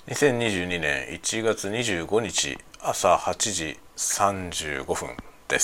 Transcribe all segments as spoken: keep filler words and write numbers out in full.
にせんにじゅうにねんいちがつにじゅうごにち朝はちじさんじゅうごふんです。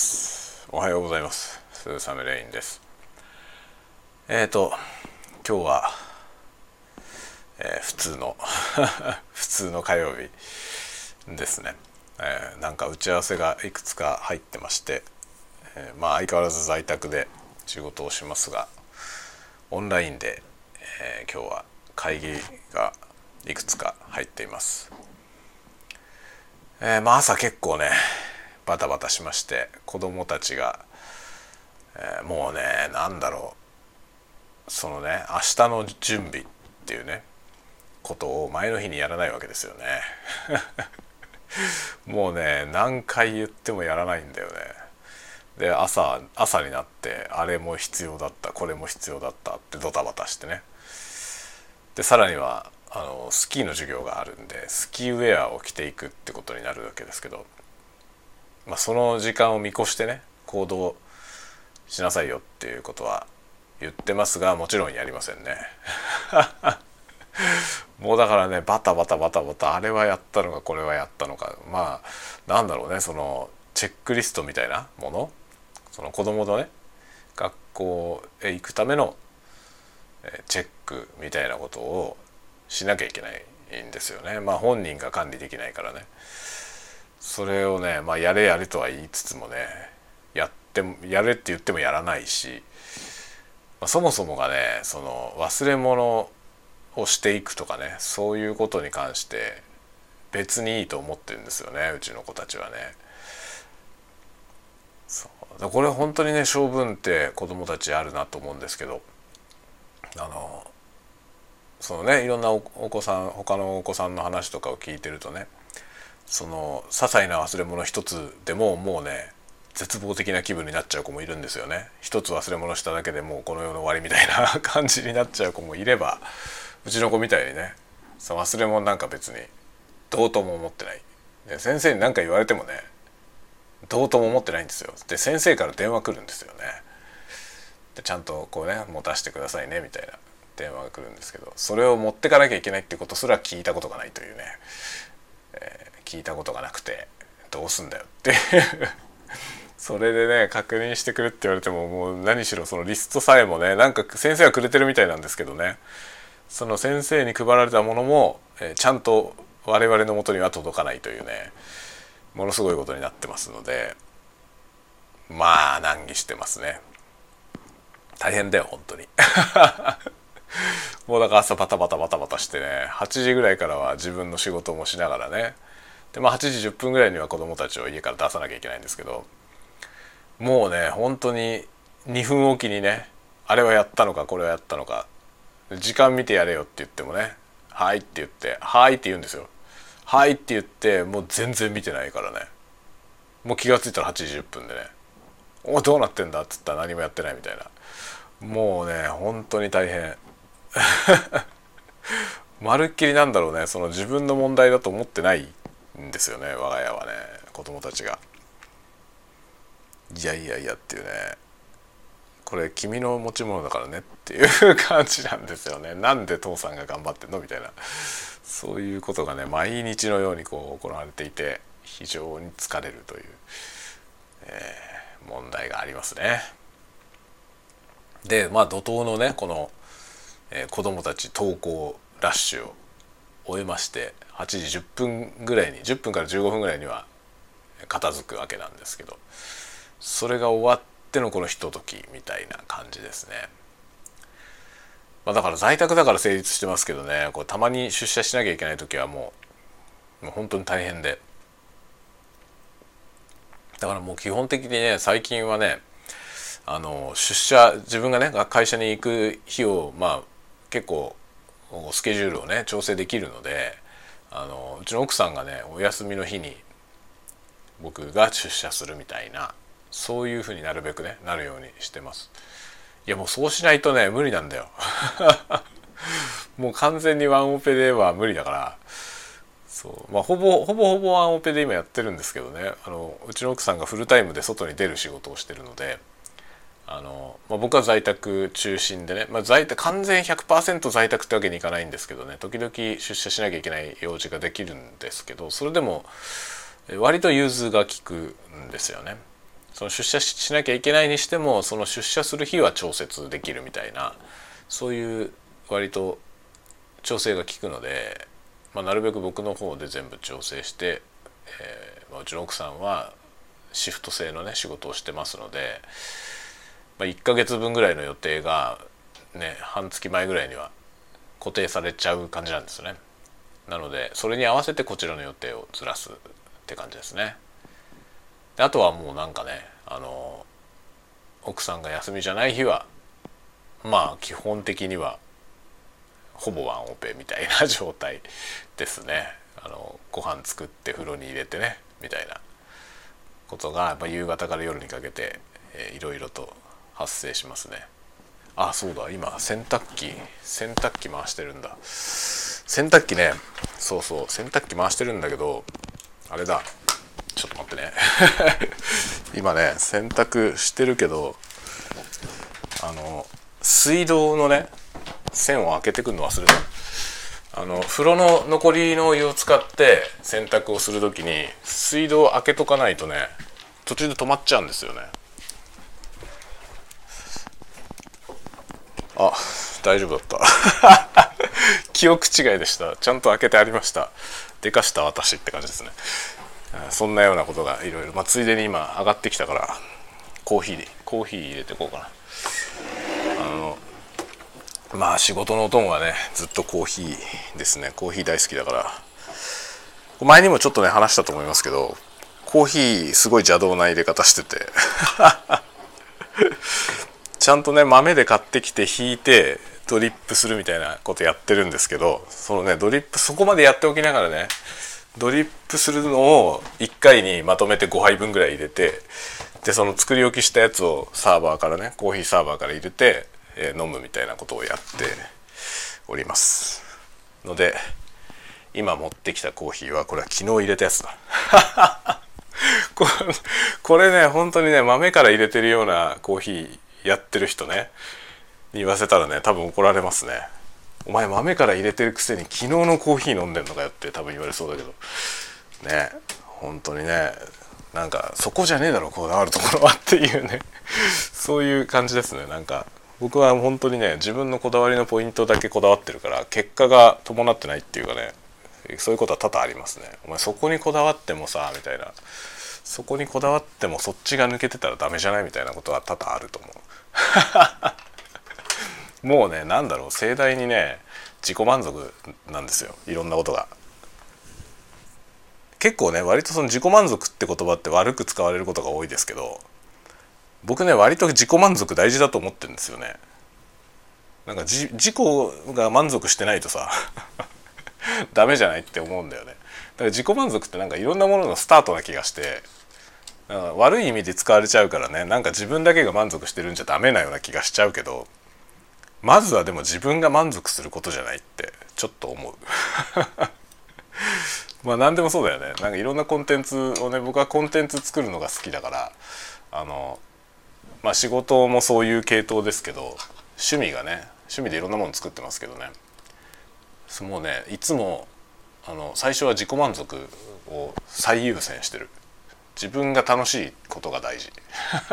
おはようございます。スーサムレインです。えーと今日は、えー普通の普通の火曜日ですね。えーなんか打ち合わせがいくつか入ってまして、えーまあ相変わらず在宅で仕事をしますが、オンラインで、えー今日は会議がいくつか入っています。えーまあ、朝結構ねバタバタしまして、子供たちが、えーもうねなんだろう、そのね明日の準備っていうねことを前の日にやらないわけですよね。もうね何回言ってもやらないんだよね。で朝朝になってあれも必要だったこれも必要だったってドタバタしてね。でさらにはあのスキーの授業があるんで、スキーウェアを着ていくってことになるわけですけど、まあ、その時間を見越してね行動しなさいよっていうことは言ってますが、もちろんやりませんね。もうだからねバタバタバタバタ、あれはやったのかこれはやったのか、まあなんだろうね、そのチェックリストみたいなもの、その子供のね学校へ行くためのチェックみたいなことをしなきゃいけないんですよね。まあ本人が管理できないからね。それをね、まあ、やれやれとは言いつつもね、やってもやれって言ってもやらないし、まあ、そもそもがねその忘れ物をしていくとかね、そういうことに関して別にいいと思ってるんですよね、うちの子たちはね。そうこれ本当にね性分って子供たちあるなと思うんですけど、あのそのねいろんな お, お子さん他のお子さんの話とかを聞いてるとね、その些細な忘れ物一つでももうね絶望的な気分になっちゃう子もいるんですよね。一つ忘れ物しただけでもうこの世の終わりみたいな感じになっちゃう子もいれば、うちの子みたいにねその忘れ物なんか別にどうとも思ってない。で先生に何か言われてもねどうとも思ってないんですよ。で先生から電話来るんですよね。でちゃんとこうね持たせてくださいねみたいな電話が来るんですけど、それを持ってかなきゃいけないってことすら聞いたことがないというね、えー聞いたことがなくてどうすんだよってそれでね確認してくれって言われても、もう何しろそのリストさえもね、なんか先生はくれてるみたいなんですけどね、その先生に配られたものも、えーちゃんと我々の元には届かないというね、ものすごいことになってますので、まあ難儀してますね。大変だよ本当に。もうだから朝バタバタバタバタしてね、はちじぐらいからは自分の仕事もしながらね、でまあはちじじゅっぷんぐらいには子供たちを家から出さなきゃいけないんですけど、もうね本当ににふんおきにねあれはやったのかこれはやったのか、時間見てやれよって言ってもねはいって言ってはいって言うんですよ。はいって言ってもう全然見てないからね、もう気がついたらはちじじゅっぷんでね、おどうなってんだっつったら何もやってないみたいな、もうね本当に大変。まるっきりなんだろうね、その自分の問題だと思ってないんですよね、我が家はね。子供たちがいやいやいやっていうね、これ君の持ち物だからねっていう感じなんですよね。なんで父さんが頑張ってんのみたいな、そういうことがね毎日のようにこう行われていて、非常に疲れるという、えー問題がありますね。でまあ怒涛のねこの、えー子供たち登校ラッシュを終えまして、はちじじゅっぷんぐらいにじゅっぷんからじゅうごふんぐらいには片付くわけなんですけど、それが終わってのこのひとときみたいな感じですね。まあ、だから在宅だから成立してますけどね、これたまに出社しなきゃいけない時はもう、もう本当に大変で、だからもう基本的にね最近はねあの出社自分がね会社に行く日をまあ結構スケジュールをね調整できるので、あのうちの奥さんがねお休みの日に僕が出社するみたいな、そういう風になるべくねなるようにしてます。いやもうそうしないとね無理なんだよ。もう完全にワンオペでは無理だから、そうまあほぼほぼほぼワンオペで今やってるんですけどね、あのうちの奥さんがフルタイムで外に出る仕事をしてるので、 あの、まあ、僕は在宅中心でね、まあ、在宅完全ひゃくパーセント在宅ってわけにいかないんですけどね、時々出社しなきゃいけない用事ができるんですけど、それでも割と融通が利くんですよね。その出社しなきゃいけないにしても、その出社する日は調節できるみたいな、そういう割と調整が効くので、まあ、なるべく僕の方で全部調整して、えーまあ、うちの奥さんはシフト制のね仕事をしてますので、まあ、いっかげつぶんぐらいの予定がね半月前ぐらいには固定されちゃう感じなんですよね。なのでそれに合わせてこちらの予定をずらすって感じですね。であとはもうなんかね、あの奥さんが休みじゃない日はまあ基本的にはほぼワンオペみたいな状態ですね。あのご飯作って風呂に入れてねみたいなことがやっぱ夕方から夜にかけて、えー、いろいろと発生しますね。あ、そうだ、今洗濯機洗濯機回してるんだ。洗濯機ね、そうそう洗濯機回してるんだけど、あれだ、ちょっと待ってね今ね洗濯してるけど、あの水道のね線を開けてくるの忘れた。あの風呂の残りのお湯を使って洗濯をするときに水道を開けとかないとね途中で止まっちゃうんですよね。あ、大丈夫だった記憶違いでした。ちゃんと開けてありました。でかした私って感じですね。そんなようなことがいろいろ、まあ、ついでに今上がってきたからコーヒーでコーヒー入れていこうかな。あのまあ仕事のお供はねずっとコーヒーですね。コーヒー大好きだから、前にもちょっとね話したと思いますけど、コーヒーすごい邪道な入れ方しててちゃんとね豆で買ってきてひいてドリップするみたいなことやってるんですけど、そのねドリップそこまでやっておきながらね、ドリップするのをいっかいにまとめてごはいぶんぐらい入れて、でその作り置きしたやつをサーバーからねコーヒーサーバーから入れて、えー、飲むみたいなことをやっておりますので、今持ってきたコーヒーはこれは昨日入れたやつだこ, これね本当にね豆から入れてるようなコーヒーやってる人ねに言わせたらね多分怒られますね。お前豆から入れてるくせに昨日のコーヒー飲んでんのかよって多分言われそうだけどね、本当にね、なんかそこじゃねえだろこだわるところはっていうねそういう感じですね。なんか僕は本当にね自分のこだわりのポイントだけこだわってるから結果が伴ってないっていうかね、そういうことは多々ありますね。お前そこにこだわってもさみたいな、そこにこだわってもそっちが抜けてたらダメじゃないみたいなことは多々あると思うもうねなんだろう、盛大にね自己満足なんですよ、いろんなことが。結構ね割とその自己満足って言葉って悪く使われることが多いですけど、僕ね割と自己満足大事だと思ってるんですよね。なんか自己が満足してないとさダメじゃないって思うんだよね。だから自己満足ってなんかいろんなもののスタートな気がして、悪い意味で使われちゃうからね、なんか自分だけが満足してるんじゃダメなような気がしちゃうけど、まずはでも自分が満足することじゃないってちょっと思うまあ何でもそうだよね。なんかいろんなコンテンツをね、僕はコンテンツ作るのが好きだから、あのまあ仕事もそういう系統ですけど、趣味がね趣味でいろんなもの作ってますけどね、もうねいつもあの最初は自己満足を最優先してる。自分が楽しいことが大事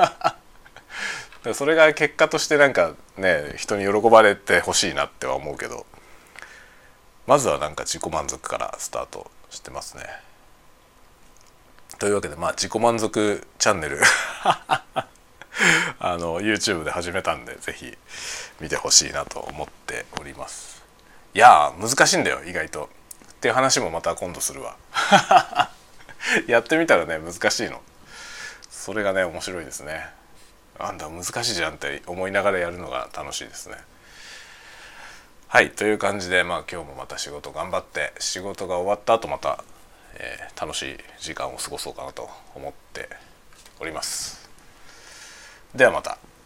それが結果としてなんかね人に喜ばれてほしいなっては思うけど、まずはなんか自己満足からスタートしてますね。というわけでまあ自己満足チャンネルあの YouTube で始めたんでぜひ見てほしいなと思っております。いやー難しいんだよ意外とっていう話もまた今度するわやってみたらね難しいの、それがね面白いですね。なんだ難しいじゃんって思いながらやるのが楽しいですね。はい、という感じでまあ今日もまた仕事頑張って、仕事が終わった後また、えー、楽しい時間を過ごそうかなと思っております。ではまた。